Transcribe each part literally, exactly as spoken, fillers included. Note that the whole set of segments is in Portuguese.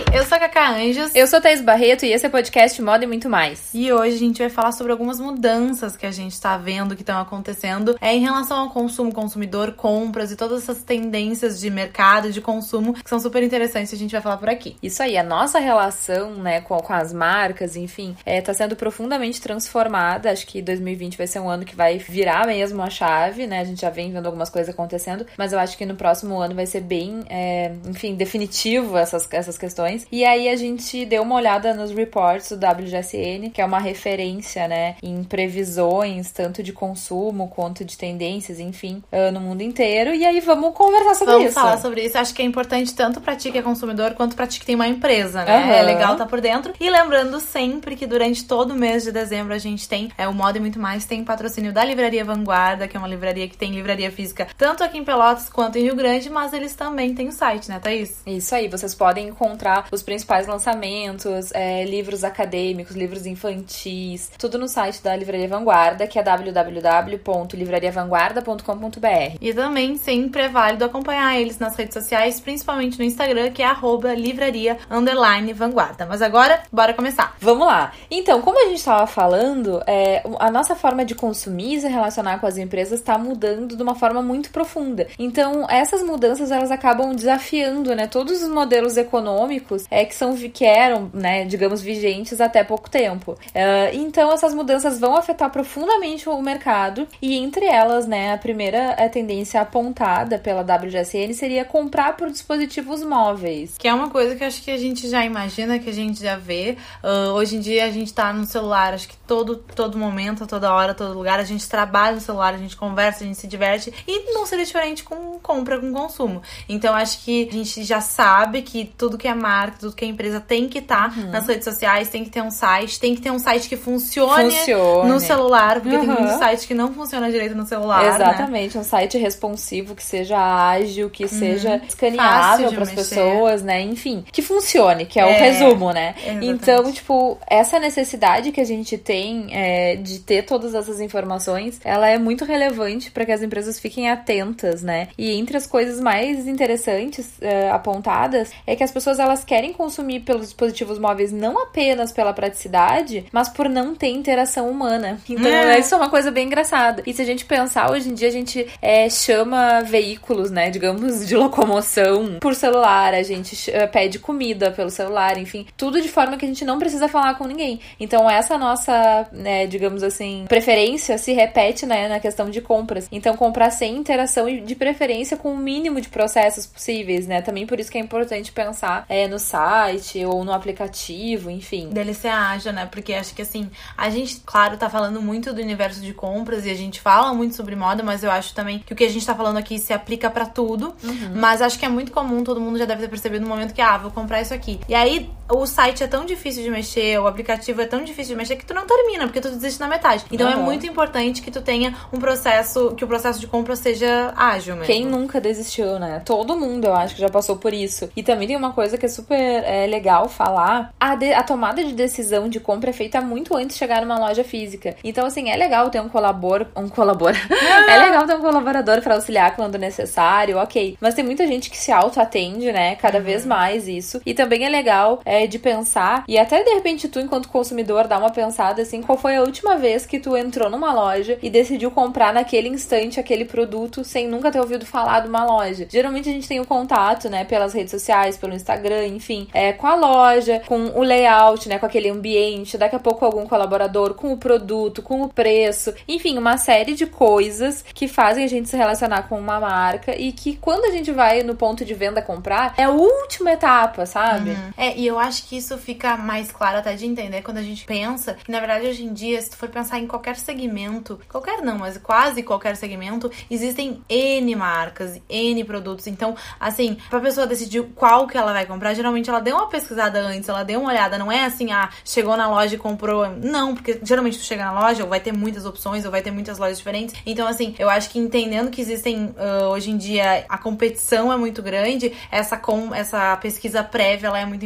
Eu sou a Cacá Anjos. Eu sou a Thaís Barreto e esse é o podcast Moda e Muito Mais. E hoje a gente vai falar sobre algumas mudanças que a gente tá vendo, que estão acontecendo é, em relação ao consumo, consumidor, compras e todas essas tendências de mercado, de consumo, que são super interessantes e a gente vai falar por aqui. Isso aí, a nossa relação, né, com, com as marcas, enfim, é, tá sendo profundamente transformada. Acho que dois mil e vinte vai ser um ano que vai virar mesmo a chave, né? A gente já vem vendo algumas coisas acontecendo, mas eu acho que no próximo ano vai ser bem, é, enfim, definitivo essas, essas questões. E aí a gente deu uma olhada nos reports do W G S N, que é uma referência, né, em previsões, tanto de consumo quanto de tendências, enfim, no mundo inteiro. E aí vamos conversar sobre vamos isso. Vamos falar sobre isso. Acho que é importante tanto pra ti que é consumidor, quanto pra ti que tem uma empresa, né? Uhum. É legal estar por dentro. E lembrando sempre que durante todo o mês de dezembro a gente tem é, o Moda e Muito Mais, tem patrocínio da Livraria Vanguarda, que é uma livraria que tem livraria física tanto aqui em Pelotas quanto em Rio Grande, mas eles também têm o site, né, Thaís? Isso aí, vocês podem encontrar os principais lançamentos, é, livros acadêmicos, livros infantis, tudo no site da Livraria Vanguarda, que é w w w ponto livraria vanguarda ponto com ponto b r. E também sempre é válido acompanhar eles nas redes sociais, principalmente no Instagram, que é arroba livraria underline vanguarda. Mas agora, bora começar. Vamos lá. Então, como a gente estava falando, é, a nossa forma de consumir e se relacionar com as empresas está mudando de uma forma muito profunda. Então, essas mudanças, elas acabam desafiando, né, todos os modelos econômicos é, que, são, que eram, né, digamos, vigentes até pouco tempo. Uh, então, essas mudanças vão afetar profundamente o mercado e, entre elas, né, a primeira a tendência apontada pela W G S N seria comprar por dispositivos móveis. Que é uma coisa que acho que a gente já imagina, que a gente já vê. Uh, hoje em dia a gente tá no celular, acho que todo, todo momento, toda hora, todo lugar, a gente trabalha no celular, a gente conversa, a gente se diverte e não seria diferente com compra, com consumo. Então acho que a gente já sabe que tudo que é marca, tudo que é empresa tem que estar tá uhum. nas redes sociais, tem que ter um site, tem que ter um site que funcione, funcione. no celular, porque uhum. tem muitos sites que não funcionam direito no celular. Exatamente, né? Um site responsivo, que seja ágil, que uhum. seja escaneável para as pessoas, né? Enfim, que funcione, que é, é o resumo, né? Exatamente. Então, tipo, essa necessidade que a gente tem é, de ter todas essas informações, ela é muito relevante para que as empresas fiquem atentas, né? E entre as coisas mais interessantes é, apontadas é que as pessoas, elas querem consumir pelos dispositivos móveis não apenas pela praticidade, mas por não ter interação humana. Então, é. isso é uma coisa bem engraçada. E se a gente pensar, hoje em dia a gente é, chama veículos, né, digamos, de locomoção por celular, a gente pede comida pelo celular, enfim, tudo de forma que a gente não precisa falar com ninguém. Então, essa nossa, né, digamos assim, preferência se repete, né, na questão de compras. Então, comprar sem interação e de preferência com o mínimo de processos possíveis, né? Também por isso que é importante pensar é, no site ou no aplicativo, enfim. Dele ser ágil, né? Porque acho que, assim, a gente, claro, tá falando muito do universo de compras e a gente fala muito sobre moda, mas eu acho também que o que a gente tá falando aqui se aplica pra tudo. Uhum. Mas acho que é muito comum, todo mundo já deve ter percebido no momento que, ah, vou comprar isso aqui. E aí, o site é tão difícil de mexer, o aplicativo é tão difícil de mexer que tu não termina, porque tu desiste na metade. Então, uhum. é muito importante que tu tenha um processo, que o processo de compra seja ágil mesmo. Quem nunca desistiu, né? Todo mundo, eu acho que já passou por isso. E também tem uma coisa que é super é, legal falar. A, de, a tomada de decisão de compra é feita muito antes de chegar numa loja física. Então, assim, é legal ter um colabor... Um colabor... é legal ter um colaborador pra auxiliar quando necessário, ok. Mas tem muita gente que se auto-atende, né? Cada uhum. vez mais isso. E também é legal é, de pensar, e até de repente tu, enquanto consumidor, dá uma pensada, assim, qual foi a última vez que tu entrou numa loja e decidiu comprar naquele instante aquele produto sem nunca ter ouvido falar de uma loja. Geralmente a gente tem o contato, né, pelas redes sociais, pelo Instagram, enfim, é, com a loja, com o layout, né, com aquele ambiente, daqui a pouco algum colaborador, com o produto, com o preço, enfim, uma série de coisas que fazem a gente se relacionar com uma marca e que quando a gente vai no ponto de venda comprar, é a última etapa, sabe? Uhum. É, e eu acho que isso fica mais claro até de entender quando a gente pensa que, na verdade, hoje em dia, se tu for pensar em qualquer segmento, qualquer não, mas quase qualquer segmento, existem N marcas, N produtos. Então, assim, pra pessoa decidir qual que ela vai comprar, geralmente ela deu uma pesquisada antes, ela deu uma olhada, não é assim, ah, chegou na loja e comprou. Não, porque geralmente tu chega na loja, ou vai ter muitas opções, ou vai ter muitas lojas diferentes. Então, assim, eu acho que entendendo que existem, uh, hoje em dia, a competição é muito grande, essa, com, essa pesquisa prévia, ela é muito importante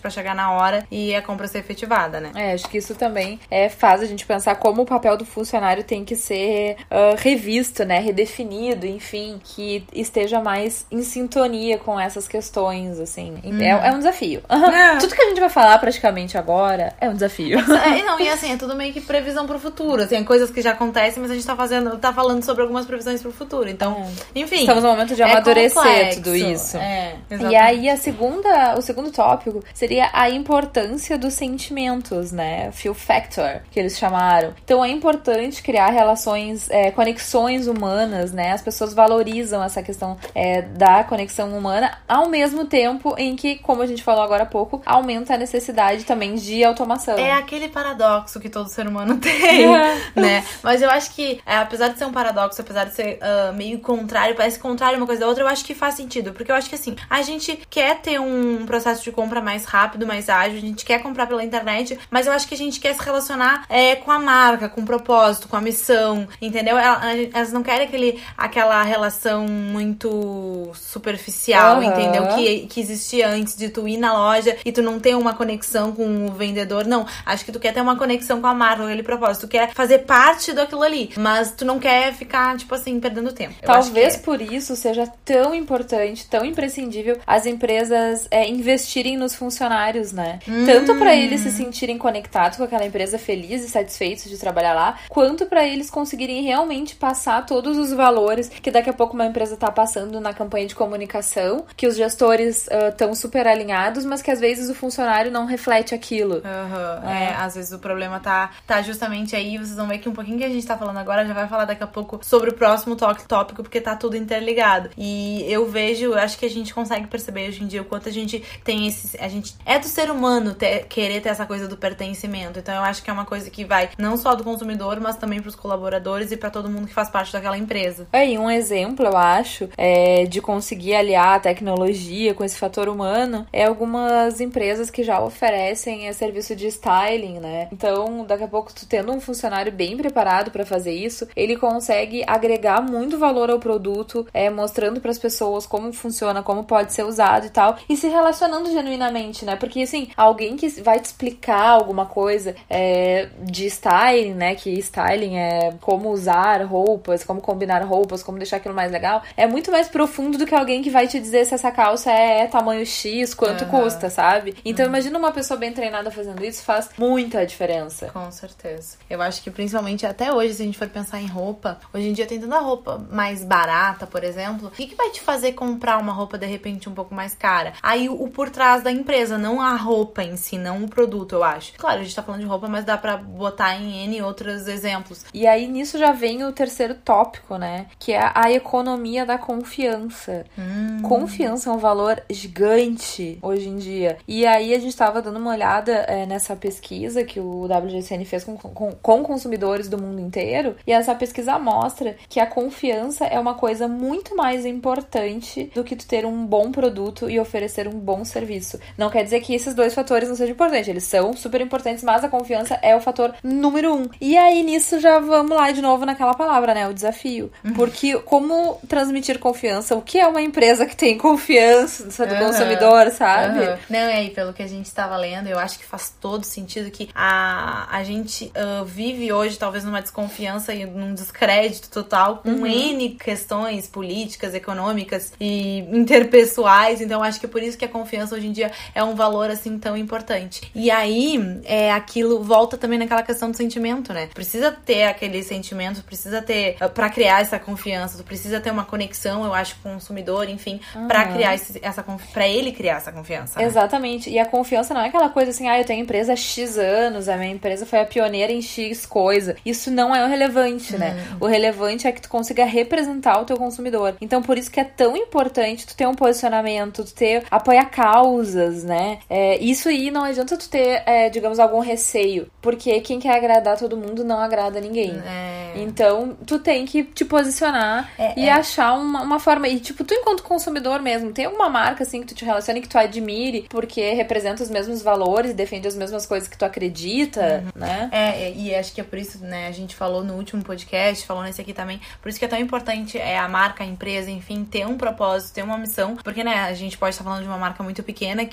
pra chegar na hora e a compra ser efetivada, né? É, acho que isso também é, faz a gente pensar como o papel do funcionário tem que ser uh, revisto, né? Redefinido, enfim, que esteja mais em sintonia com essas questões, assim. Hum. É, é um desafio. É. Tudo que a gente vai falar praticamente agora é um desafio. É, não, e assim, é tudo meio que previsão pro futuro. Assim, coisas que já acontecem, mas a gente tá fazendo, tá falando sobre algumas previsões pro futuro. Então, é. enfim. Estamos no momento de amadurecer é tudo isso. É, e aí, a segunda, o segundo tópico seria a importância dos sentimentos, né? Feel factor, que eles chamaram. Então, é importante criar relações, é, conexões humanas, né? As pessoas valorizam essa questão é, da conexão humana, ao mesmo tempo em que, como a gente falou agora há pouco, aumenta a necessidade também de automação. É aquele paradoxo que todo ser humano tem, né? Mas eu acho que, é, apesar de ser um paradoxo, apesar de ser uh, meio contrário, parece contrário uma coisa da outra, eu acho que faz sentido. Porque eu acho que, assim, a gente quer ter um processo de compra mais rápido, mais ágil, a gente quer comprar pela internet, mas eu acho que a gente quer se relacionar é, com a marca, com o propósito, com a missão, entendeu? Elas não querem aquele, aquela relação muito superficial, uhum. entendeu? Que, que existia antes de tu ir na loja e tu não ter uma conexão com o vendedor. Não, acho que tu quer ter uma conexão com a marca, com aquele propósito. Tu quer fazer parte daquilo ali, mas tu não quer ficar, tipo assim, perdendo tempo. Eu Talvez acho que é. por isso seja tão importante, tão imprescindível as empresas é, investirem nos funcionários, né? Hum. Tanto pra eles se sentirem conectados com aquela empresa, felizes e satisfeitos de trabalhar lá, quanto pra eles conseguirem realmente passar todos os valores que daqui a pouco uma empresa tá passando na campanha de comunicação, que os gestores estão uh, super alinhados, mas que às vezes o funcionário não reflete aquilo. Uhum. É. é, às vezes o problema tá, tá justamente aí. Vocês vão ver que um pouquinho que a gente tá falando agora já vai falar daqui a pouco sobre o próximo tópico, porque tá tudo interligado. E eu vejo, acho que a gente consegue perceber hoje em dia o quanto a gente tem esse... A gente é do ser humano ter, querer ter essa coisa do pertencimento. Então eu acho que é uma coisa que vai não só do consumidor, mas também pros colaboradores e pra todo mundo que faz parte daquela empresa. É, e um exemplo, eu acho, é, de conseguir aliar a tecnologia com esse fator humano é algumas empresas que já oferecem é, serviço de styling, né? Então, daqui a pouco, tu tendo um funcionário bem preparado pra fazer isso, ele consegue agregar muito valor ao produto, é, mostrando pras pessoas como funciona, como pode ser usado e tal, e se relacionando genuinamente, né? Porque, assim, alguém que vai te explicar alguma coisa é, de styling, né? Que styling é como usar roupas, como combinar roupas, como deixar aquilo mais legal, é muito mais profundo do que alguém que vai te dizer se essa calça é tamanho X, quanto uhum. custa, sabe? Então, uhum. imagina uma pessoa bem treinada fazendo isso, faz muita diferença. Com certeza. Eu acho que, principalmente, até hoje, se a gente for pensar em roupa, hoje em dia tem tanta roupa mais barata, por exemplo, o que, que vai te fazer comprar uma roupa, de repente, um pouco mais cara? Aí, o, o por trás da empresa, não a roupa em si, não o produto, eu acho. Claro, a gente tá falando de roupa, mas dá pra botar em N outros exemplos. E aí, nisso já vem o terceiro tópico, né? Que é a economia da confiança. Hum. Confiança é um valor gigante hoje em dia. E aí, a gente tava dando uma olhada é, nessa pesquisa que o W G C N fez com, com, com consumidores do mundo inteiro. E essa pesquisa mostra que a confiança é uma coisa muito mais importante do que tu ter um bom produto e oferecer um bom serviço. Não quer dizer que esses dois fatores não sejam importantes. Eles são super importantes, mas a confiança é o fator número um. E aí, nisso, já vamos lá de novo naquela palavra, né? O desafio. Uhum. Porque como transmitir confiança? O que é uma empresa que tem confiança do uhum. consumidor, sabe? Uhum. Não, é aí, pelo que a gente estava lendo, eu acho que faz todo sentido que a, a gente uh, vive hoje, talvez, numa desconfiança e num descrédito total com uhum. N questões políticas, econômicas e interpessoais. Então, acho que é por isso que a confiança hoje em dia é um valor, assim, tão importante. E aí, é, aquilo volta também naquela questão do sentimento, né? Precisa ter aquele sentimento, precisa ter, uh, pra criar essa confiança, tu precisa ter uma conexão, eu acho, com o consumidor, enfim, uhum. pra criar esse, essa confiança, pra ele criar essa confiança. Né? Exatamente. E a confiança não é aquela coisa assim, ah, eu tenho empresa há X anos, a minha empresa foi a pioneira em X coisa. Isso não é o relevante, uhum. né? O relevante é que tu consiga representar o teu consumidor. Então, por isso que é tão importante tu ter um posicionamento, tu ter, apoiar causas, né? É, isso aí não adianta tu ter, é, digamos, algum receio, porque quem quer agradar todo mundo não agrada ninguém. É. Então, tu tem que te posicionar é, e é. achar uma, uma forma. E, tipo, tu enquanto consumidor mesmo, tem alguma marca, assim, que tu te relacione, que tu admire, porque representa os mesmos valores, defende as mesmas coisas que tu acredita, uhum. né? É, e acho que é por isso, né, a gente falou no último podcast, falou nesse aqui também, por isso que é tão importante é, a marca, a empresa, enfim, ter um propósito, ter uma missão, porque, né, a gente pode estar falando de uma marca muito pequena, que é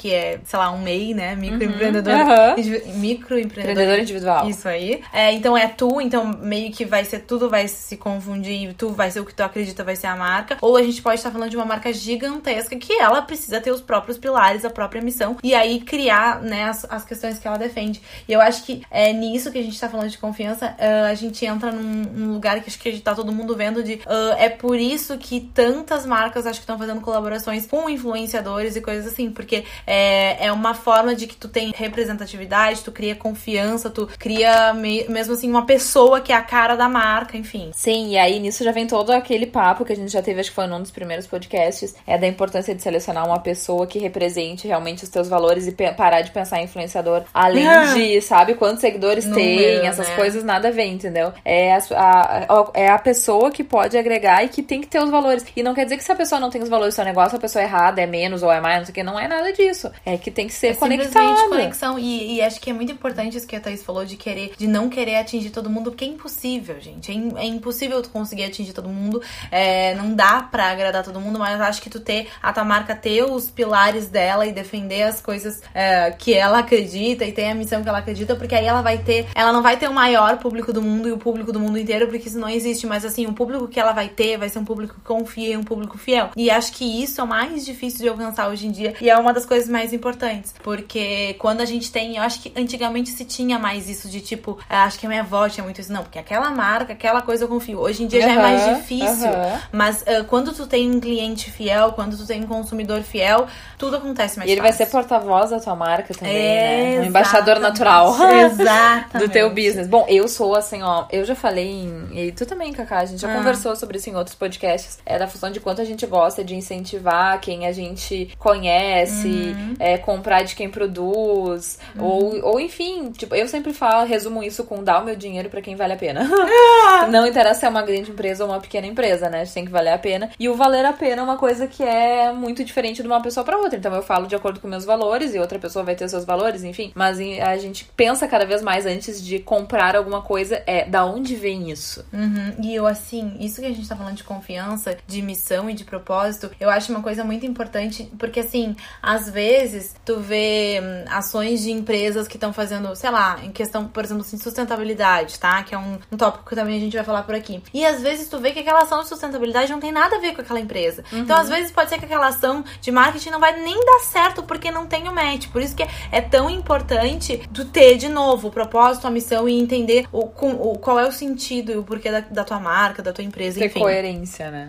sei lá, um M E I, né? Microempreendedor. Uhum. Indivi- microempreendedor. Empreendedor individual. Isso aí. É, então é tu, então meio que vai ser tudo, vai se confundir, tu vai ser o que tu acredita, vai ser a marca. Ou a gente pode estar falando de uma marca gigantesca que ela precisa ter os próprios pilares, a própria missão, e aí criar, né, as, as questões que ela defende. E eu acho que é nisso que a gente tá falando de confiança, uh, a gente entra num, num lugar que acho que tá todo mundo vendo de uh, é por isso que tantas marcas acho que estão fazendo colaborações com influenciadores e coisas assim, porque é, é uma forma de que tu tem representatividade, tu cria confiança, tu cria me, mesmo assim uma pessoa que é a cara da marca, enfim. Sim, e aí nisso já vem todo aquele papo que a gente já teve, acho que foi num dos primeiros podcasts, é da importância de selecionar uma pessoa que represente realmente os teus valores e pe- parar de pensar em influenciador além de, sabe, quantos seguidores No tem, meu, essas né? coisas nada a ver, entendeu? É a, a, é a pessoa que pode agregar e que tem que ter os valores. E não quer dizer que se a pessoa não tem os valores do seu negócio, a pessoa é errada, é menos ou é mais, não sei o que, não é nada disso. É que tem que ser é conectada. Simplesmente conexão. E, e acho que é muito importante isso que a Thaís falou de querer, de não querer atingir todo mundo, porque é impossível, gente. É, in, é impossível tu conseguir atingir todo mundo. É, não dá pra agradar todo mundo, mas acho que tu ter a tua marca, ter os pilares dela e defender as coisas é, que ela acredita e tem a missão que ela acredita, porque aí ela vai ter, ela não vai ter o maior público do mundo e o público do mundo inteiro, porque isso não existe, mas assim, o público que ela vai ter vai ser um público que confia e um público fiel. E acho que isso é o mais difícil de alcançar hoje em dia e é uma das coisas mais importantes, porque quando a gente tem, eu acho que antigamente se tinha mais isso de tipo, acho que a minha avó tinha muito isso, não, porque aquela marca, aquela coisa eu confio. Hoje em dia uhum, já é mais difícil, uhum. mas uh, quando tu tem um cliente fiel, quando tu tem um consumidor fiel, tudo acontece mais fácil. E ele vai ser porta-voz da tua marca também, é, né? Um embaixador natural. Exatamente. Do teu business. Bom, eu sou assim, ó, eu já falei em, e tu também, Cacá, a gente já ah. conversou sobre isso em outros podcasts, é da função de quanto a gente gosta de incentivar quem a gente conhece, uhum. é, comprar de quem produz, uhum. ou, ou enfim, tipo, eu sempre falo, resumo isso com dar o meu dinheiro pra quem vale a pena. Ah. Não interessa se é uma grande empresa ou uma pequena empresa, né? A gente tem que valer a pena. E o valer a pena é uma coisa que é muito diferente de uma pessoa pra outra. Então eu falo de acordo com meus valores e outra pessoa vai ter seus valores, enfim. Mas a gente pensa cada vez mais antes de comprar alguma coisa, é da onde vem isso? Uhum. E eu, assim, isso que a gente tá falando de confiança, de missão e de propósito, eu acho uma coisa muito importante, porque assim, às vezes tu vê hum, ações de empresas que estão fazendo, sei lá, em questão, por exemplo, assim, sustentabilidade, tá? Que é um, um tópico que também a gente vai falar por aqui. E às vezes tu vê que aquela ação de sustentabilidade não tem nada a ver com aquela empresa. Uhum. Então, às vezes pode ser que aquela ação de marketing não vai nem dar certo porque não tem o match. Por isso que é, é tão importante tu ter, de novo, o propósito, a missão e entender o, o, qual é o sentido e o porquê da, da tua marca, da tua empresa, ter enfim. Ter coerência, né?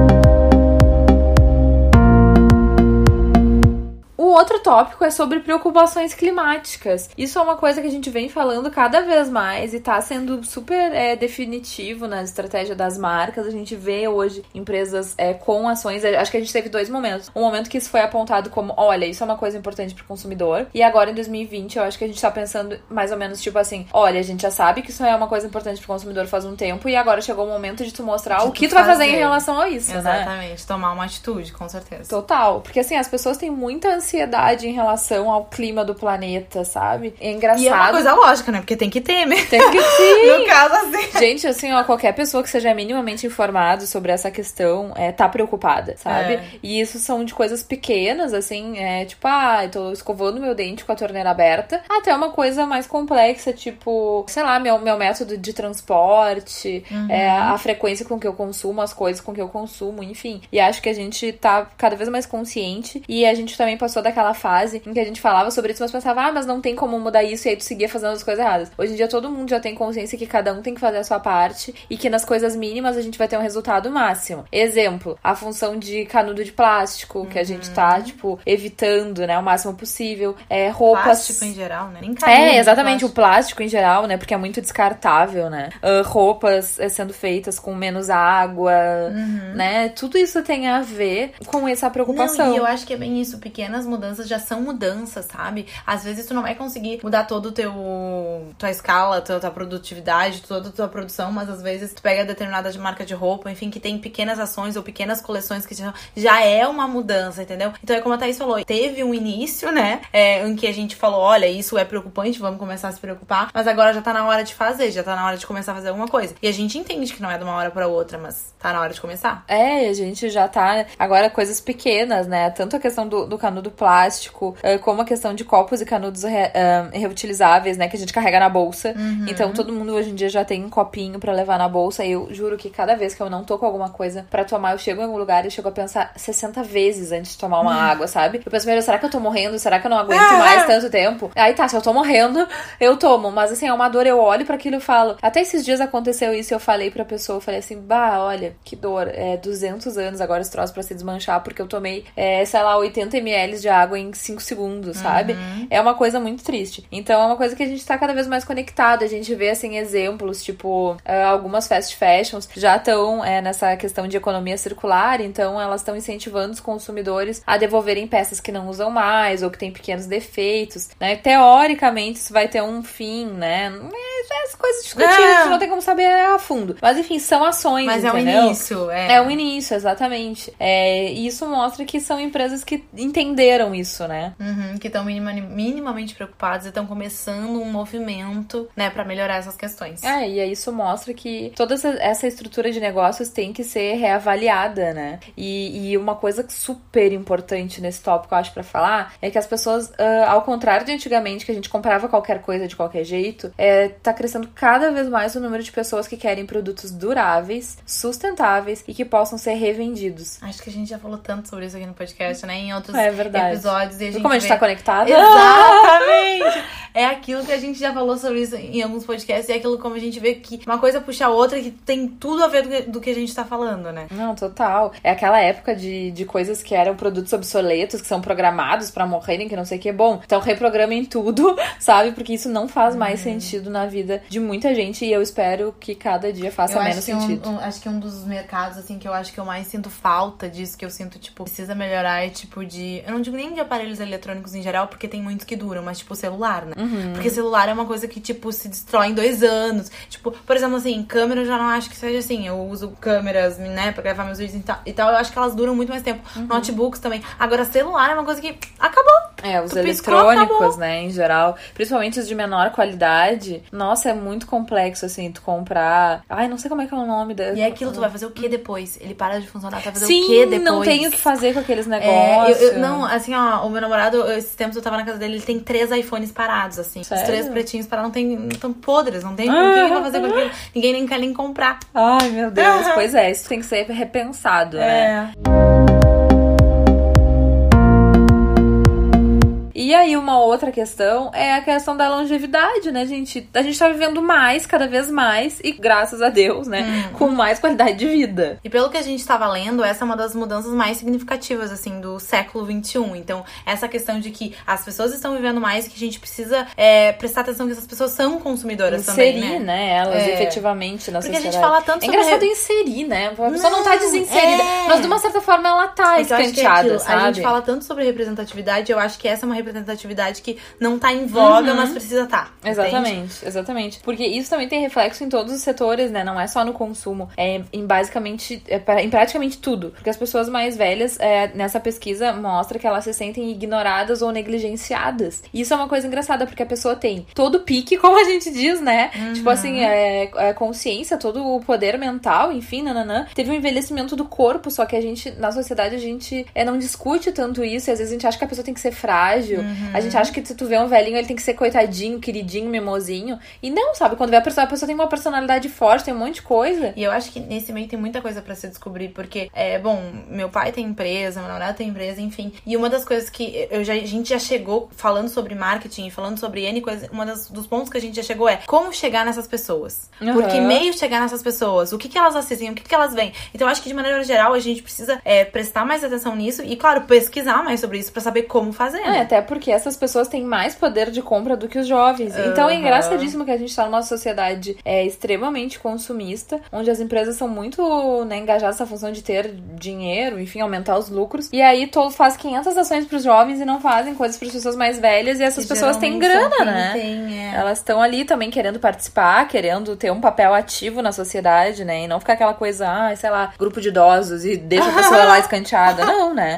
O outro tópico é sobre preocupações climáticas. Isso é uma coisa que a gente vem falando cada vez mais e tá sendo super é, definitivo na estratégia das marcas. A gente vê hoje empresas é, com ações. Acho que a gente teve dois momentos. Um momento que isso foi apontado como, olha, isso é uma coisa importante pro consumidor. E agora em dois mil e vinte eu acho que a gente tá pensando mais ou menos tipo assim, olha, a gente já sabe que isso é uma coisa importante pro consumidor faz um tempo e agora chegou o momento de tu mostrar de o que tu, tu vai fazer em relação a isso, Exatamente, né? Exatamente, tomar uma atitude, com certeza. Total, porque assim, as pessoas têm muita ansiedade em relação ao clima do planeta, sabe? É engraçado. E é uma coisa lógica, né? Porque tem que ter, né? Tem que sim. No caso, assim. Gente, assim, ó, qualquer pessoa que seja minimamente informado sobre essa questão é, tá preocupada, sabe? É. E isso são de coisas pequenas, assim, é tipo, ah, eu tô escovando meu dente com a torneira aberta, até uma coisa mais complexa, tipo, sei lá, meu, meu método de transporte, uhum. é, a frequência com que eu consumo, as coisas com que eu consumo, enfim. E acho que a gente tá cada vez mais consciente e a gente também passou daquela fase em que a gente falava sobre isso, mas pensava, ah, mas não tem como mudar isso, e aí tu seguia fazendo as coisas erradas. Hoje em dia todo mundo já tem consciência que cada um tem que fazer a sua parte e que nas coisas mínimas a gente vai ter um resultado máximo. Exemplo, a função de canudo de plástico, que uhum. a gente tá, tipo, evitando, né, o máximo possível. É, roupas... Plástico em geral, né? Nem É, exatamente, plástico. O plástico em geral, né, porque é muito descartável, né? Uh, roupas é, sendo feitas com menos água, uhum. né? Tudo isso tem a ver com essa preocupação. Não, e eu acho que é bem isso, pequenas mudanças já são mudanças, sabe? Às vezes tu não vai conseguir mudar todo o teu tua escala, tua, tua produtividade, toda a tua produção, mas às vezes tu pega determinada marca de roupa, enfim, que tem pequenas ações ou pequenas coleções que já, já é uma mudança, entendeu? Então é como a Thaís falou, teve um início, né, é, em que a gente falou, olha, isso é preocupante, vamos começar a se preocupar, mas agora já tá na hora de fazer, já tá na hora de começar a fazer alguma coisa. E a gente entende que não é de uma hora pra outra, mas tá na hora de começar. É, a gente já tá, agora coisas pequenas, né, tanto a questão do, do canudo plástico, plástico, uh, como a questão de copos e canudos re, uh, reutilizáveis, né, que a gente carrega na bolsa. Uhum. Então, todo mundo hoje em dia já tem um copinho pra levar na bolsa. E eu juro que cada vez que eu não tô com alguma coisa pra tomar, eu chego em algum lugar e chego a pensar sessenta vezes antes de tomar uma uhum. água, sabe? Eu penso, meu, será que eu tô morrendo? Será que eu não aguento ah. mais tanto tempo? Aí tá, se eu tô morrendo, eu tomo. Mas assim, é uma dor, eu olho pra aquilo e falo. Até esses dias aconteceu isso e eu falei pra pessoa, eu falei assim, bah, olha, que dor. É duzentos anos agora esse troço pra se desmanchar, porque eu tomei, é, sei lá, oitenta mililitros de água em cinco segundos, sabe? Uhum. É uma coisa muito triste. Então é uma coisa que a gente tá cada vez mais conectado. A gente vê, assim, exemplos, tipo, uh, algumas fast fashions já estão é, nessa questão de economia circular, então elas estão incentivando os consumidores a devolverem peças que não usam mais ou que têm pequenos defeitos, né? Teoricamente isso vai ter um fim, né? É, as coisas discutíveis, ah. a gente não tem como saber a fundo. Mas enfim, são ações, Mas entendeu? é o início. É, é o início, exatamente. É, e isso mostra que são empresas que entenderam isso, né? Uhum, que estão minima, minimamente preocupadas e estão começando um movimento, né, pra melhorar essas questões. É, e aí isso mostra que toda essa estrutura de negócios tem que ser reavaliada, né? E, e uma coisa super importante nesse tópico, eu acho, pra falar, é que as pessoas, uh, ao contrário de antigamente, que a gente comprava qualquer coisa de qualquer jeito, é, tá crescendo cada vez mais o número de pessoas que querem produtos duráveis, sustentáveis e que possam ser revendidos. Acho que a gente já falou tanto sobre isso aqui no podcast, né? Em outros é verdade. episódios. E a gente como a gente vê... tá conectada? Exatamente! É aquilo que a gente já falou sobre isso em alguns podcasts, e é aquilo como a gente vê que uma coisa puxa a outra, que tem tudo a ver do que, do que a gente tá falando, né? Não, total. É aquela época de, de coisas que eram produtos obsoletos, que são programados pra morrerem, que não sei o que. Bom, então reprogramem tudo, sabe? Porque isso não faz mais hum. sentido na vida de muita gente, e eu espero que cada dia faça eu menos acho sentido. Um, um, acho que um dos mercados, assim, que eu acho que eu mais sinto falta disso, que eu sinto, tipo, precisa melhorar é, tipo, de... Eu não digo nem de aparelhos eletrônicos em geral, porque tem muitos que duram, mas, tipo, celular, né? Uhum. Porque celular é uma coisa que, tipo, se destrói em dois anos. Tipo, por exemplo, assim, câmera eu já não acho que seja assim. Eu uso câmeras, né, pra gravar meus vídeos e tal, e tal eu acho que elas duram muito mais tempo. Uhum. Notebooks também. Agora, celular é uma coisa que acabou. É, os tu eletrônicos, piscou, né, em geral. Principalmente os de menor qualidade. Nossa, é muito complexo, assim, tu comprar... Ai, não sei como é que é o nome da... E é aquilo, tu vai fazer o que depois? Ele para de funcionar, tu vai fazer Sim, o que depois? Não tem o que fazer com aqueles negócios. É, eu, eu, não, assim, ó, o meu namorado, esses tempos eu tava na casa dele, ele tem três iPhones parados, assim. Sério? Os três pretinhos parados, não tem, estão podres, não tem ah, o que ele vai fazer com aquilo. Ninguém nem quer nem comprar. Ai, meu Deus. Pois é, isso tem que ser repensado, né? É. E aí, uma outra questão é a questão da longevidade, né, gente? A gente tá vivendo mais, cada vez mais, e graças a Deus, né, hum. com mais qualidade de vida. E pelo que a gente tava lendo, essa é uma das mudanças mais significativas, assim, do século vinte e um. Então, essa questão de que as pessoas estão vivendo mais e que a gente precisa é, prestar atenção que essas pessoas são consumidoras inserir, também, né? né, elas é. efetivamente na Porque sociedade. a gente fala tanto é sobre... É engraçado inserir, né? A pessoa não, não tá desinserida. É. Mas, de uma certa forma, ela tá escanteada, é sabe? A gente fala tanto sobre representatividade, eu acho que essa é uma representatividade que não tá em voga, uhum. mas precisa tá. Exatamente, entende? exatamente. Porque isso também tem reflexo em todos os setores, né? Não é só no consumo. É em basicamente, é em praticamente tudo. Porque as pessoas mais velhas, é, nessa pesquisa, mostra que elas se sentem ignoradas ou negligenciadas. E isso é uma coisa engraçada, porque a pessoa tem todo o pique, como a gente diz, né? Uhum. Tipo assim, é, é consciência, todo o poder mental, enfim, nananã. Teve um envelhecimento do corpo, só que a gente, na sociedade, a gente é, não discute tanto isso. E às vezes a gente acha que a pessoa tem que ser frágil. Uhum. A gente acha que se tu vê um velhinho, ele tem que ser coitadinho, queridinho, mimosinho. E não, sabe? Quando vê a pessoa, a pessoa tem uma personalidade forte, tem um monte de coisa. E eu acho que nesse meio tem muita coisa pra se descobrir, porque, é, bom, meu pai tem empresa, meu namorado tem empresa, enfim. E uma das coisas que eu já, a gente já chegou falando sobre marketing, falando sobre N coisas, uma das, dos pontos que a gente já chegou é como chegar nessas pessoas. Uhum. Por que meio chegar nessas pessoas? O que que elas assistem? O que que elas veem? Então eu acho que de maneira geral a gente precisa é, prestar mais atenção nisso e, claro, pesquisar mais sobre isso pra saber como fazer. É, né? Até porque essas pessoas têm mais poder de compra do que os jovens. Uhum. Então é engraçadíssimo que a gente tá numa sociedade é, extremamente consumista, onde as empresas são muito, né, engajadas nessa função de ter dinheiro, enfim, aumentar os lucros. E aí todo faz quinhentas ações pros jovens e não fazem coisas pras pessoas mais velhas, e essas e pessoas têm grana, né? Tem, é. Elas estão ali também querendo participar, querendo ter um papel ativo na sociedade, né? E não ficar aquela coisa, ah, sei lá, grupo de idosos e deixa a pessoa lá escanteada. Não, né?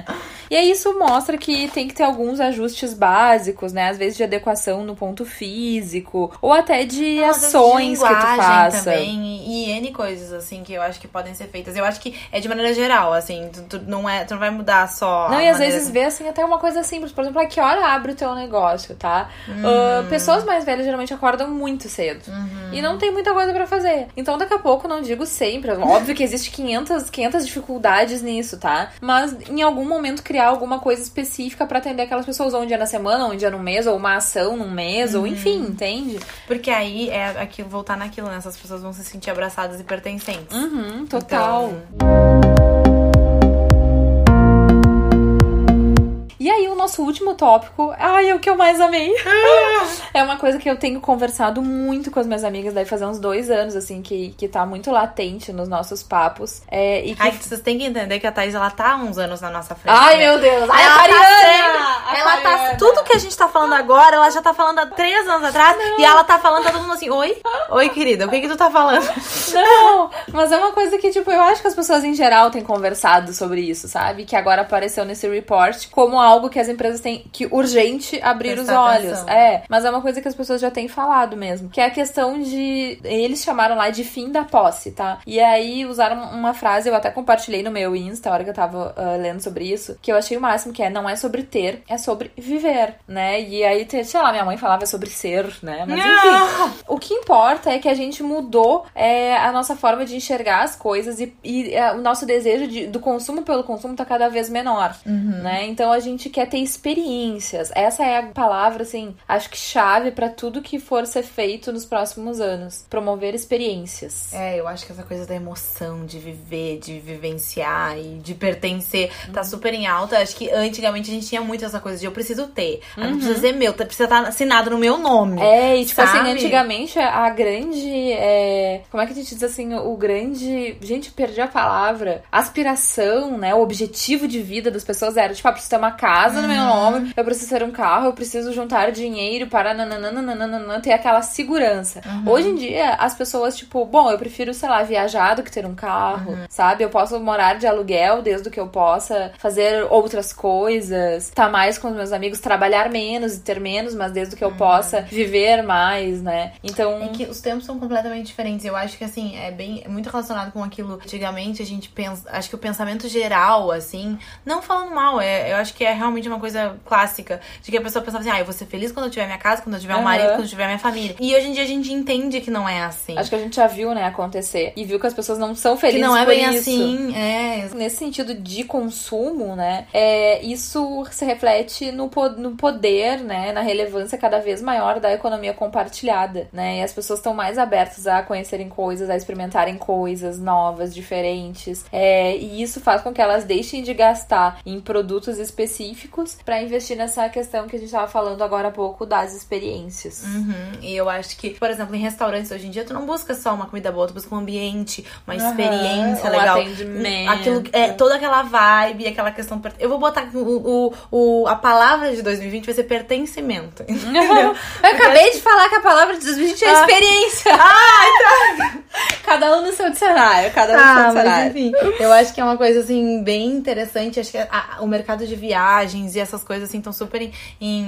E aí isso mostra que tem que ter alguns ajustes básicos, né? Às vezes de adequação no ponto físico, ou até de Não, ações de que tu faça. Também, e N coisas, assim, que eu acho que podem ser feitas. Eu acho que é de maneira geral, assim, tu, tu, não, é, tu não vai mudar só... Não, e às vezes assim. vê, assim, até uma coisa simples. Por exemplo, a que hora abre o teu negócio, tá? Hum. Uh, pessoas mais velhas geralmente acordam muito cedo. Uhum. E não tem muita coisa pra fazer. Então, daqui a pouco, não digo sempre. Óbvio que existe quinhentas, quinhentas dificuldades nisso, tá? Mas, em algum momento, criar alguma coisa específica pra atender aquelas pessoas. Ou um dia na semana, ou um dia no mês, ou uma ação num mês, uhum. ou enfim, entende? Porque aí, é aquilo, voltar naquilo, né? Essas pessoas vão se sentir abraçadas e pertencentes. Uhum, total. Então... E aí, o nosso último tópico, ai, é o que eu mais amei. É uma coisa que eu tenho conversado muito com as minhas amigas, daí fazer uns dois anos, assim, que, que tá muito latente nos nossos papos. É, e que... Ai, vocês têm que entender que a Thaís, ela tá há uns anos na nossa frente. Ai, né? Meu Deus! Ai, ela a Ariana! Tá sempre, ela tá... Tudo que a gente tá falando agora, ela já tá falando há três anos atrás. Não. E ela tá falando, tá todo mundo assim, oi? Oi, querida, o que que tu tá falando? Não, mas é uma coisa que, tipo, eu acho que as pessoas em geral têm conversado sobre isso, sabe? Que agora apareceu nesse report como algo que as empresas têm que urgente abrir Prestar os olhos. Atenção. É, mas é uma coisa que as pessoas já têm falado mesmo, que é a questão de... Eles chamaram lá de fim da posse, tá? E aí usaram uma frase, eu até compartilhei no meu Insta, a hora que eu tava uh, lendo sobre isso, que eu achei o máximo, que é, não é sobre ter, é sobre viver, né? E aí, sei lá, minha mãe falava sobre ser, né? Mas enfim, o que importa é que a gente mudou é, a nossa forma de enxergar as coisas e, e é, o nosso desejo de, do consumo pelo consumo tá cada vez menor, uhum. né? Então a gente quer ter experiências. Essa é a palavra, assim, acho que chave pra tudo que for ser feito nos próximos anos. Promover experiências. É, eu acho que essa coisa da emoção, de viver, de vivenciar e de pertencer, uhum. tá super em alta. Acho que antigamente a gente tinha muito essa coisa de eu preciso ter. Uhum. Precisa ser meu, precisa estar assinado no meu nome. É, e tipo sabe? assim, antigamente a grande... É... Como é que a gente diz assim? O grande... Gente, perdi a palavra. Aspiração, né? O objetivo de vida das pessoas era, tipo, ah, preciso ter uma casa uhum. no meu nome, eu preciso ter um carro, eu preciso juntar dinheiro para nananana, ter aquela segurança. Uhum. Hoje em dia, as pessoas, tipo, bom, eu prefiro, sei lá, viajar do que ter um carro, uhum. sabe? Eu posso morar de aluguel desde que eu possa fazer outras coisas, estar mais com os meus amigos, trabalhar menos e ter menos, mas desde que eu uhum. possa viver mais, né? Então... É que os tempos são completamente diferentes. Eu acho que, assim, é bem, é muito relacionado com aquilo. Antigamente, a gente pensa... Acho que o pensamento geral, assim, não falando mal, é, eu acho que é realmente uma coisa clássica, de que a pessoa pensava assim, ah, eu vou ser feliz quando eu tiver minha casa, quando eu tiver um uhum. marido, quando eu tiver minha família. E hoje em dia a gente entende que não é assim. Acho que a gente já viu, né, acontecer. E viu que as pessoas não são felizes que não é por bem isso. assim, é. Nesse sentido de consumo, né, é, isso se reflete no, no poder, né, na relevância cada vez maior da economia compartilhada, né, e as pessoas estão mais abertas a conhecerem coisas, a experimentarem coisas novas, diferentes, é, e isso faz com que elas deixem de gastar em produtos específicos pra investir nessa questão que a gente tava falando agora há pouco das experiências. Uhum. E eu acho que, por exemplo, em restaurantes hoje em dia, tu não busca só uma comida boa, tu busca um ambiente, uma uhum. experiência um legal. Atendimento. Aquilo, é, toda aquela vibe, aquela questão... Eu vou botar o, o, o, a palavra de dois mil e vinte vai ser pertencimento. Entendeu? Eu acabei de falar que a palavra de dois mil e vinte é ah. experiência. Ah, então... Cada um no seu dicionário, cada um ah, no seu dicionário. Mas, enfim, eu acho que é uma coisa, assim, bem interessante. Acho que a, o mercado de viagens e essas coisas, assim, estão super em,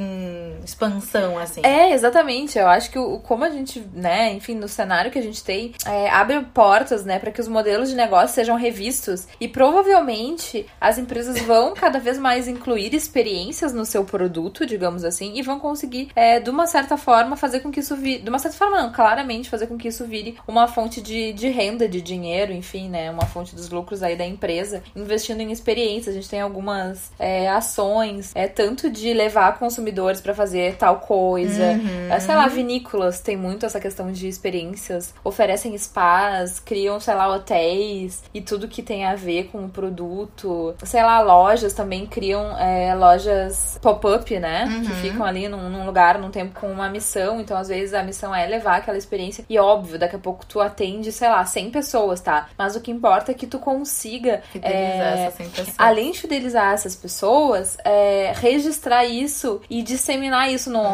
em expansão, assim. É, exatamente. Eu acho que o, como a gente, né, enfim, no cenário que a gente tem, é, abre portas, né, para que os modelos de negócio sejam revistos e provavelmente as empresas vão cada vez mais incluir experiências no seu produto, digamos assim, e vão conseguir, é, de uma certa forma, fazer com que isso vire, de uma certa forma não, claramente fazer com que isso vire uma fonte de, de renda, de dinheiro, enfim, né, uma fonte dos lucros aí da empresa, investindo em experiências. A gente tem algumas é, ações, é, tanto de levar consumidores pra fazer tal coisa, uhum. é, sei lá, vinícolas tem muito essa questão de experiências, oferecem spas, criam, sei lá, hotéis e tudo que tem a ver com o produto, sei lá, lojas também criam é, lojas pop-up, né, uhum. que ficam ali num, num lugar, num tempo com uma missão, então às vezes a missão é levar aquela experiência e óbvio, daqui a pouco tu atende, sei lá, cem pessoas, tá, mas o que importa é que tu consiga fidelizar é, essas cem pessoas. Além de fidelizar essas pessoas, é, registrar isso e disseminar isso no online,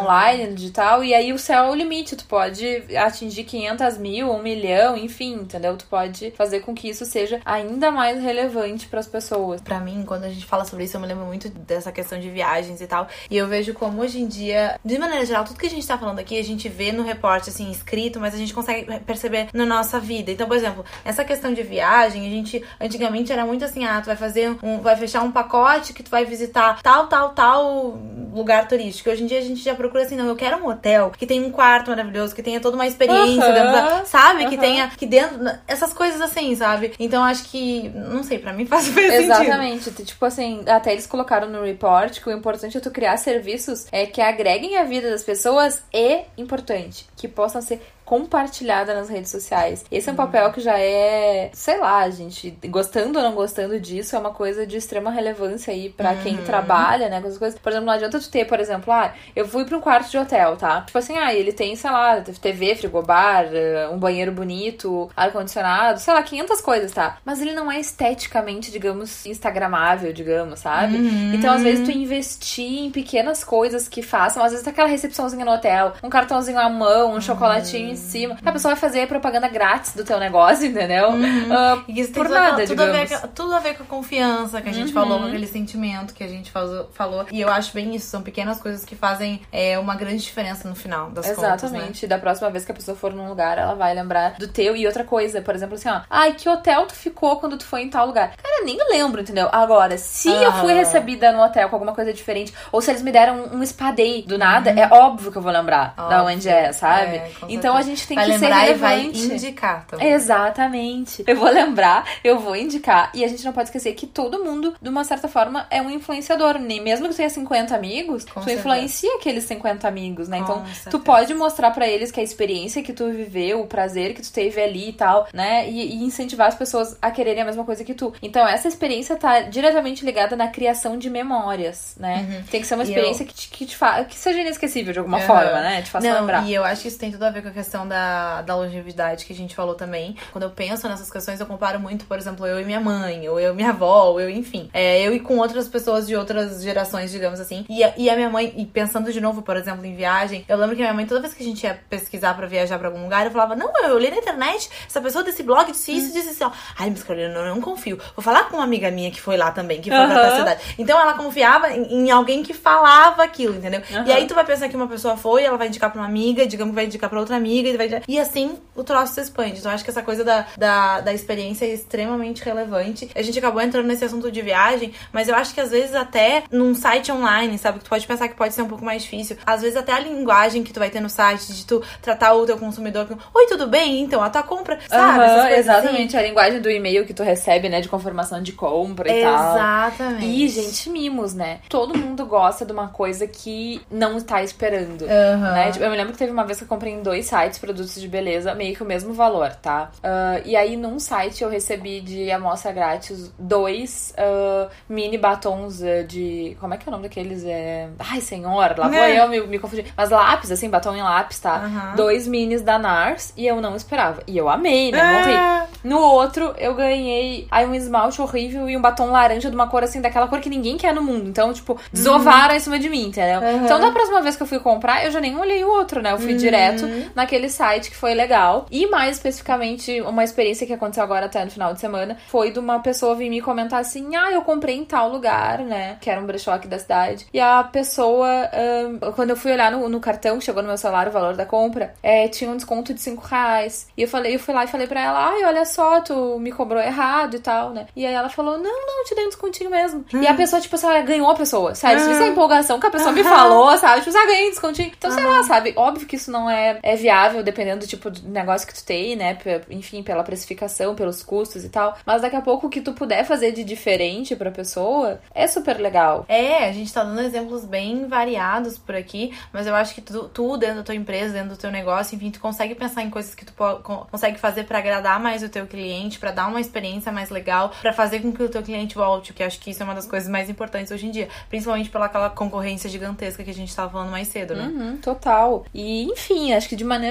online, no digital, e aí o céu é o limite, tu pode atingir quinhentas mil, um milhão, enfim, entendeu? Tu pode fazer com que isso seja ainda mais relevante pras pessoas. Pra mim, quando a gente fala sobre isso, eu me lembro muito dessa questão de viagens e tal, e eu vejo como hoje em dia, de maneira geral, tudo que a gente tá falando aqui, a gente vê no reporte, assim, escrito, mas a gente consegue perceber na nossa vida. Então, por exemplo, essa questão de viagem, a gente, antigamente era muito assim, ah, tu vai fazer um, vai fechar um pacote que tu vai visitar tal, tal, tal lugar turístico. Hoje em dia a gente já procura assim, não, eu quero um hotel que tenha um quarto maravilhoso, que tenha toda uma experiência, uhum, dentro da, sabe? Uhum. Que tenha, que dentro, essas coisas assim, sabe? Então acho que, não sei, pra mim faz super Exatamente. sentido. Tipo assim, até eles colocaram no report que o importante é tu criar serviços é, que agreguem a vida das pessoas e, importante, que possam ser compartilhada nas redes sociais. Esse é um papel que já é, sei lá, gente, gostando ou não gostando disso, é uma coisa de extrema relevância aí pra uhum. quem trabalha, né, com as coisas. Por exemplo, não adianta tu ter, por exemplo, ah, eu fui pra um quarto de hotel, tá? Tipo assim, ah, ele tem, sei lá, T V, frigobar, um banheiro bonito, ar-condicionado, sei lá, quinhentas coisas, tá? Mas ele não é esteticamente, digamos, instagramável, digamos, sabe? Uhum. Então, às vezes, tu investir em pequenas coisas que façam, às vezes aquela recepçãozinha no hotel, um cartãozinho à mão, um uhum. chocolatinho em cima, que a pessoa vai fazer propaganda grátis do teu negócio, entendeu? Uhum. Uh, e isso por tem nada, tudo, a digamos. ver, tudo a ver com a confiança que a gente uhum. falou, com aquele sentimento que a gente falou. E eu acho bem isso, são pequenas coisas que fazem é, uma grande diferença no final das Exatamente. contas, né? Exatamente. Da próxima vez que a pessoa for num lugar, ela vai lembrar do teu. E outra coisa, por exemplo, assim, ó, ai, que hotel tu ficou quando tu foi em tal lugar? Cara, nem lembro, entendeu? Agora, se uhum. eu fui recebida no hotel com alguma coisa diferente, ou se eles me deram um, um spa day do nada, uhum. é óbvio que eu vou lembrar óbvio. da onde é, sabe? É, então a gente tem vai que ser relevante. E vai indicar também. Exatamente. Eu vou lembrar, eu vou indicar. E a gente não pode esquecer que todo mundo, de uma certa forma, é um influenciador. Nem mesmo que tu tenha cinquenta amigos, Com tu certeza. influencia aqueles cinquenta amigos, né? Com então, certeza. tu pode mostrar pra eles que a experiência que tu viveu, o prazer que tu teve ali e tal, né? E, e incentivar as pessoas a quererem a mesma coisa que tu. Então, essa experiência tá diretamente ligada na criação de memórias, né? Uhum. Tem que ser uma experiência eu... que, te, que, te fa... que seja inesquecível de alguma uhum. forma, né? Te faça não, lembrar. E eu acho que isso tem tudo a ver com a questão da, da longevidade que a gente falou também. Quando eu penso nessas questões, eu comparo muito, por exemplo, eu e minha mãe, ou eu e minha avó, ou eu, enfim. É, eu e com outras pessoas de outras gerações, digamos assim. E a, e a minha mãe, e pensando de novo, por exemplo, em viagem, eu lembro que a minha mãe, toda vez que a gente ia pesquisar pra viajar pra algum lugar, eu falava, não, eu li na internet, essa pessoa desse blog disse isso, hum. disse assim, ó. Ai, mas Carolina, eu não confio. Vou falar com uma amiga minha que foi lá também, que foi uhum. pra tal cidade. Então ela confiava em, em alguém que falava aquilo, entendeu? Uhum. E aí tu vai pensar que uma pessoa foi, ela vai indicar pra uma amiga, digamos que vai indicar pra outra amiga, e, vai... e assim o troço se expande. Então acho que essa coisa da, da, da experiência é extremamente relevante. A gente acabou entrando nesse assunto de viagem, mas eu acho que às vezes até num site online, sabe, que tu pode pensar que pode ser um pouco mais difícil. Às vezes até a linguagem que tu vai ter no site, de tu tratar o teu consumidor com, oi, tudo bem? Então, a tua compra, sabe? Uhum, exatamente, assim. A linguagem do e-mail que tu recebe, né, de confirmação de compra e exatamente. tal. Exatamente. E, gente, mimos, né? Todo mundo gosta de uma coisa que não tá esperando, uhum. né? Tipo, eu me lembro que teve uma vez que eu comprei em dois sites produtos de beleza, meio que o mesmo valor, tá? Uh, e aí, num site, eu recebi de amostra grátis dois uh, mini batons uh, de... Como é que é o nome daqueles? É... Ai, senhor, lá vou é. eu me, me confundir. Mas lápis, assim, batom em lápis, tá? Uhum. Dois minis da NARS e eu não esperava. E eu amei, né? Montei. É. No outro, eu ganhei aí um esmalte horrível e um batom laranja de uma cor, assim, daquela cor que ninguém quer no mundo. Então, tipo, desovaram uhum. em cima de mim, entendeu? Uhum. Então, da próxima vez que eu fui comprar, eu já nem olhei o outro, né? Eu fui uhum. direto naquele site que foi legal. E mais especificamente, uma experiência que aconteceu agora até no final de semana, foi de uma pessoa vir me comentar assim, ah, eu comprei em tal lugar, né? Que era um brechó aqui da cidade. E a pessoa, um, quando eu fui olhar no, no cartão, que chegou no meu celular o valor da compra, é, tinha um desconto de cinco reais. E eu falei, eu fui lá e falei pra ela, ai, olha só, tu me cobrou errado e tal, né? E aí ela falou, não, não, eu te dei um descontinho mesmo. Hum. E a pessoa, tipo, assim, ela ganhou a pessoa, sabe? Hum. Isso é a empolgação que a pessoa me falou, sabe? Tipo, ah, ganhei um descontinho. Então, sei lá, sabe? Óbvio que isso não é, é viável, dependendo do tipo de negócio que tu tem, né? P- enfim, pela precificação, pelos custos e tal. Mas daqui a pouco o que tu puder fazer de diferente pra pessoa é super legal. É, a gente tá dando exemplos bem variados por aqui, mas eu acho que tu, tu dentro da tua empresa, dentro do teu negócio, enfim, tu consegue pensar em coisas que tu po- consegue fazer pra agradar mais o teu cliente, pra dar uma experiência mais legal, pra fazer com que o teu cliente volte, que eu acho que isso é uma das coisas mais importantes hoje em dia, principalmente pela aquela concorrência gigantesca que a gente tava falando mais cedo, né? Uhum, total. E, enfim, acho que de maneira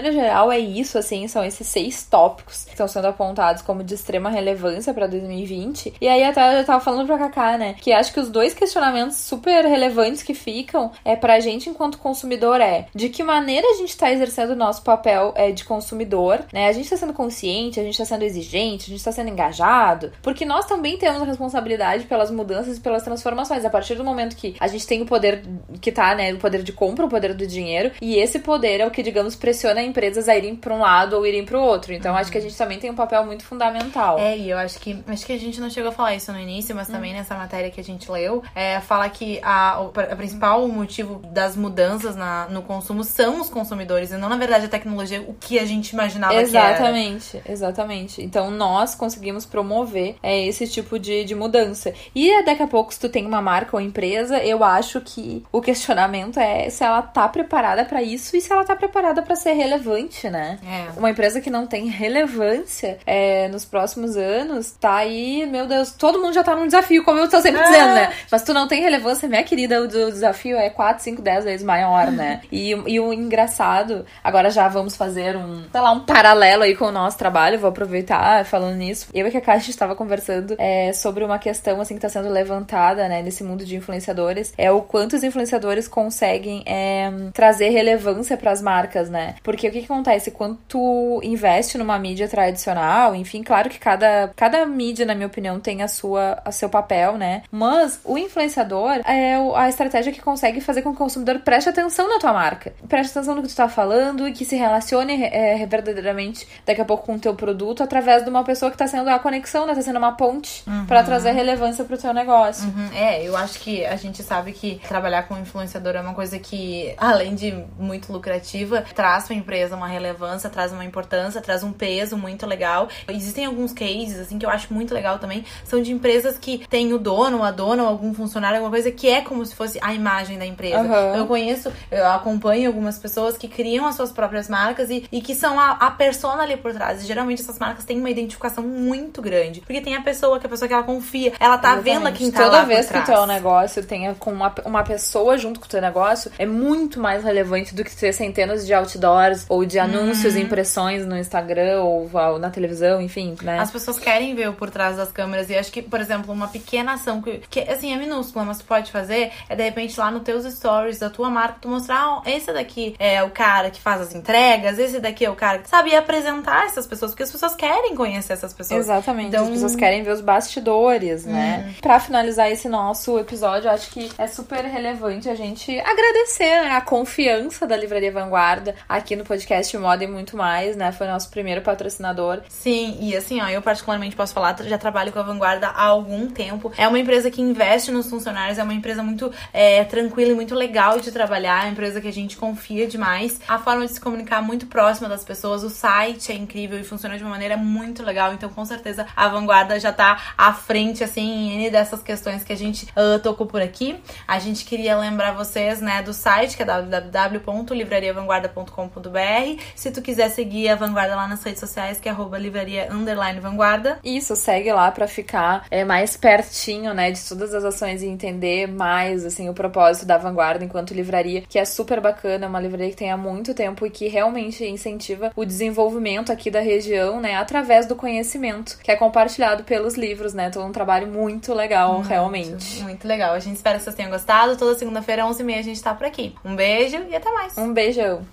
maneira geral, é isso, assim, são esses seis tópicos que estão sendo apontados como de extrema relevância pra dois mil e vinte. E aí até eu tava falando pra Cacá, né, que acho que os dois questionamentos super relevantes que ficam é pra gente enquanto consumidor é de que maneira a gente tá exercendo o nosso papel é, de consumidor, né, a gente tá sendo consciente, a gente tá sendo exigente, a gente tá sendo engajado, porque nós também temos a responsabilidade pelas mudanças e pelas transformações, a partir do momento que a gente tem o poder que tá, né, o poder de compra, o poder do dinheiro, e esse poder é o que, digamos, pressiona empresas a irem pra um lado ou irem pro outro, então uhum. acho que a gente também tem um papel muito fundamental. É, e eu acho que acho que a gente não chegou a falar isso no início, mas também uhum. nessa matéria que a gente leu, é, fala que a, o a principal motivo das mudanças na, no consumo são os consumidores, e não, na verdade, a tecnologia, o que a gente imaginava exatamente, que era. Exatamente. Então, nós conseguimos promover é, esse tipo de, de mudança. E daqui a pouco, se tu tem uma marca ou empresa, eu acho que o questionamento é se ela tá preparada pra isso e se ela tá preparada pra ser relevante, né? É. Uma empresa que não tem relevância é, nos próximos anos, tá aí, meu Deus, todo mundo já tá num desafio, como eu tô sempre ah. dizendo, né? Mas tu não tem relevância, minha querida, o desafio é quatro, cinco, dez vezes maior, né? E, e o engraçado, agora já vamos fazer um, sei lá, um paralelo aí com o nosso trabalho, vou aproveitar falando nisso. Eu e a Cacá, a gente estava conversando é, sobre uma questão, assim, que tá sendo levantada, né, nesse mundo de influenciadores, é o quanto os influenciadores conseguem é, trazer relevância pras marcas, né? Porque o que que acontece? Quando tu investe numa mídia tradicional, enfim, claro que cada, cada mídia, na minha opinião, tem a sua, a seu papel, né? Mas o influenciador é a estratégia que consegue fazer com que o consumidor preste atenção na tua marca. Preste atenção no que tu tá falando e que se relacione é, verdadeiramente daqui a pouco com o teu produto através de uma pessoa que tá sendo a conexão, né? Tá sendo uma ponte uhum. pra trazer relevância pro teu negócio. Uhum. É, eu acho que a gente sabe que trabalhar com influenciador é uma coisa que, além de muito lucrativa, traz pra empresa uma relevância, traz uma importância, traz um peso muito legal. Existem alguns cases, assim, que eu acho muito legal também, são de empresas que tem o dono, a dona ou algum funcionário, alguma coisa que é como se fosse a imagem da empresa. Uhum. Eu conheço, eu acompanho algumas pessoas que criam as suas próprias marcas e, e que são a, a persona ali por trás. E geralmente essas marcas têm uma identificação muito grande. Porque tem a pessoa, que é a pessoa que ela confia, ela tá exatamente. vendo quem tá Toda lá vez por trás. que o teu negócio tenha com uma, uma pessoa junto com o teu negócio, é muito mais relevante do que ter centenas de outdoors ou de anúncios e hum. impressões no Instagram ou, ou na televisão, enfim, né? As pessoas querem ver o por trás das câmeras e acho que, por exemplo, uma pequena ação que, que assim, é minúscula, mas tu pode fazer é, de repente, lá nos teus stories da tua marca, tu mostrar, ah, esse daqui é o cara que faz as entregas, esse daqui é o cara que sabe apresentar essas pessoas, porque as pessoas querem conhecer essas pessoas. Exatamente, então... as pessoas querem ver os bastidores, hum. né? Pra finalizar esse nosso episódio, eu acho que é super relevante a gente agradecer, né, a confiança da Livraria Vanguarda aqui no podcast Moda e Muito Mais, né? Foi nosso primeiro patrocinador. Sim, e assim, ó, eu particularmente posso falar, já trabalho com a Vanguarda há algum tempo. É uma empresa que investe nos funcionários, é uma empresa muito é, tranquila e muito legal de trabalhar, é uma empresa que a gente confia demais. A forma de se comunicar muito próxima das pessoas, o site é incrível e funciona de uma maneira muito legal, então com certeza a Vanguarda já tá à frente, assim, em N dessas questões que a gente uh, tocou por aqui. A gente queria lembrar vocês, né, do site, que é w w w ponto livraria vanguarda ponto com ponto b r. Se tu quiser seguir a Vanguarda lá nas redes sociais, que é arroba livraria underline vanguarda. Isso, segue lá pra ficar é, mais pertinho, né, de todas as ações e entender mais, assim, o propósito da Vanguarda enquanto livraria, que é super bacana, uma livraria que tem há muito tempo e que realmente incentiva o desenvolvimento aqui da região, né, através do conhecimento, que é compartilhado pelos livros, né, então é um trabalho muito legal, muito, realmente. Muito legal, a gente espera que vocês tenham gostado. Toda segunda-feira, onze e meia, a gente tá por aqui. Um beijo e até mais. Um beijão.